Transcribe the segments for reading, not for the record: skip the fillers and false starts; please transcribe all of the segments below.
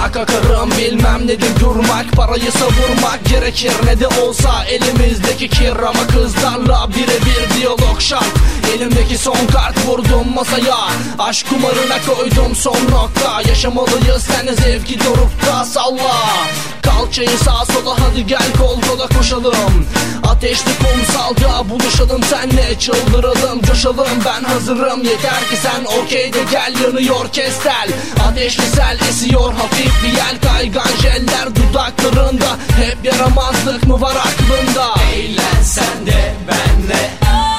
Vurmak akarım, bilmem nedir durmak. Parayı savurmak gerekir ne de olsa elimizdeki kir. Ama kızlarla birebir diyalog şart. Elimdeki son kart vurdum masaya. Aşk kumarına koydum son nokta. Yaşamalıyız seninle zevki dorukta. Salla kalçayı sağa sola, hadi gel kol kola koşalım. Ateşli kumsalda buluşalım, senle çıldıralım, coşalım. Ben hazırım, yeter ki sen okey de gel. Yanıyor kestel, ateşli sel esiyor, hafif bir yel. Kaygan jeller dudaklarında, hep yaramazlık mı var aklında? Eğlen sen de benle,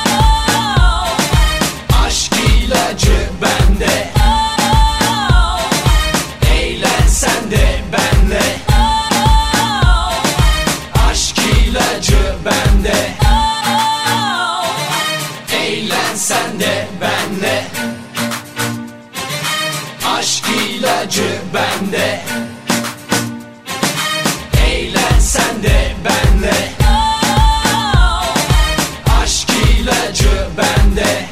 aşk ilacı bende. Eğlen sen de benle, aşk ilacı bende. Eğlen sen de benle, aşk ilacı bende. Eğlen sen de benle, aşk ilacı bende.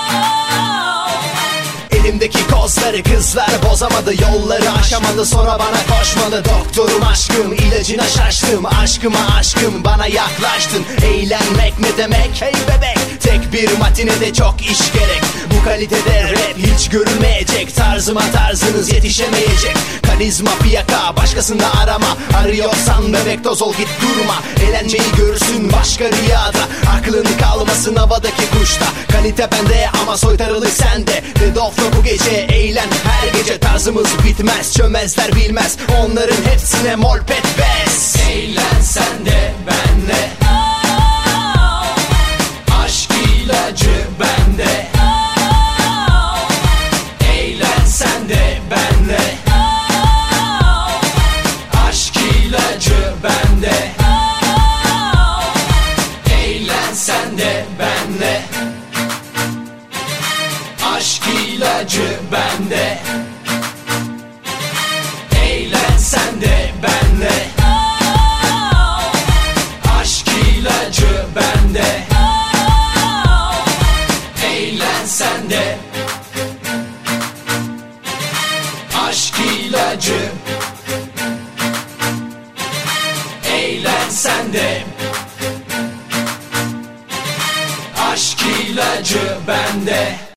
Elimdeki kozları kızlar bozamadı, yolları aşamadı, sonra bana koşmalı. Doktorum aşkım, ilacına şaştım. Aşkıma aşkım, bana yaklaştın. Eğlenmek ne demek hey bebek? Tek bir matinede çok iş gerek. Bu kalitede rap hiç görülmeyecek. Tarzıma tarzınız yetişemeyecek. Karizma fiyaka, başkasında arama. Arıyorsan bebek toz ol, git durma. Eğlenceyi görürsün başka rüyada. Aklın kalmasın havadaki kuşta. Kalite bende ama soytarılık sende. Dedofla bu gece eğlen her gece. Tarzımız bitmez, çömezler bilmez. Onların hepsine mol pet bes. Eğlen sen de benle, aşk ilacı bende. Eğlen sen de benle, aşk ilacı bende. Eğlen sen de benle, aşk ilacı bende. Eğlen sen de benle, aşk ilacı bende. Eğlen sen de, aşk ilacı. Eğlen sen de, aşk ilacı bende.